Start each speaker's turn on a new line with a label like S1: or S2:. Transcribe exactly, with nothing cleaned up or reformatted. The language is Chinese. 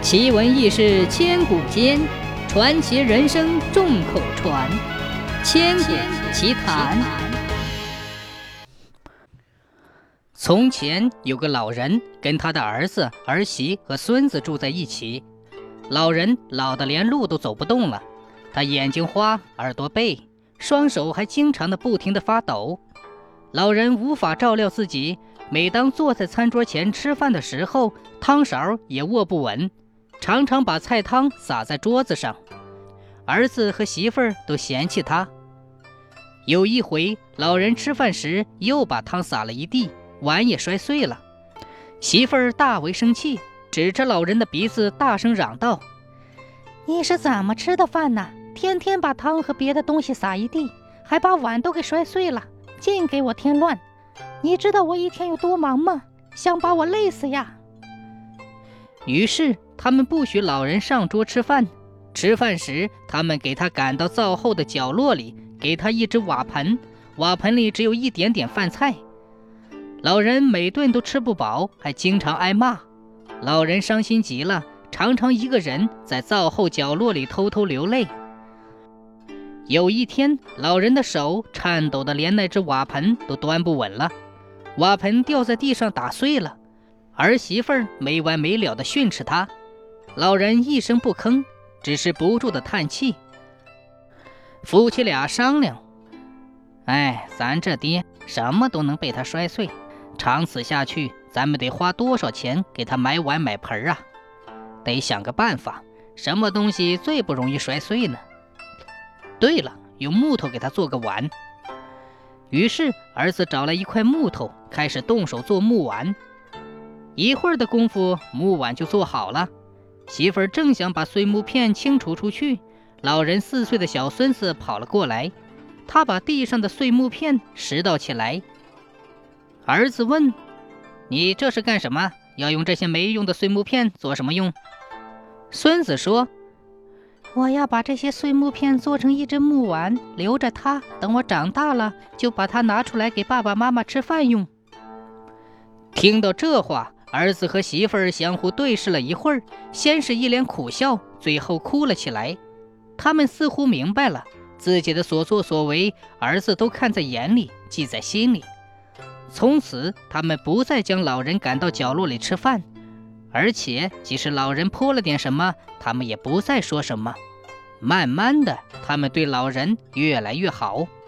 S1: 奇闻异事千古间，传奇人生众口传。千古奇谈。从前有个老人，跟他的儿子、儿媳和孙子住在一起。老人老得连路都走不动了，他眼睛花，耳朵背，双手还经常的不停地发抖。老人无法照料自己，每当坐在餐桌前吃饭的时候，汤勺也握不稳，常常把菜汤洒在桌子上。儿子和媳妇儿都嫌弃他。有一回，老人吃饭时又把汤洒了一地，碗也摔碎了。媳妇儿大为生气，指着老人的鼻子大声嚷道：“
S2: 你是怎么吃的饭呢？天天把汤和别的东西洒一地，还把碗都给摔碎了，净给我添乱！你知道我一天有多忙吗？想把我累死呀！”
S1: 于是他们不许老人上桌吃饭。吃饭时，他们给他赶到灶后的角落里，给他一只瓦盆，瓦盆里只有一点点饭菜。老人每顿都吃不饱，还经常挨骂。老人伤心极了，常常一个人在灶后角落里偷偷流泪。有一天，老人的手颤抖得连那只瓦盆都端不稳了，瓦盆掉在地上打碎了。儿媳妇儿没完没了地训斥他，老人一声不吭，只是不住地叹气。夫妻俩商量，哎，咱这爹什么都能被他摔碎，长此下去，咱们得花多少钱给他买碗买盆啊？得想个办法，什么东西最不容易摔碎呢？对了，用木头给他做个碗。于是儿子找来一块木头，开始动手做木碗。一会儿的功夫，木碗就做好了。媳妇儿正想把碎木片清除出去，老人四岁的小孙子跑了过来，他把地上的碎木片拾到起来。儿子问：“你这是干什么？要用这些没用的碎木片做什么用？”孙子说：“
S2: 我要把这些碎木片做成一只木碗，留着它，等我长大了就把它拿出来给爸爸妈妈吃饭用。”听到这话，儿子和媳妇儿相互对视了一会儿，先是一脸苦笑，最后哭了起来。他们似乎明白了自己的所作所为，儿子都看在眼里，记在心里。从此他们不再将老人赶到角落里吃饭，而且即使老人泼了点什么，他们也不再说什么。慢慢的，他们对老人越来越好。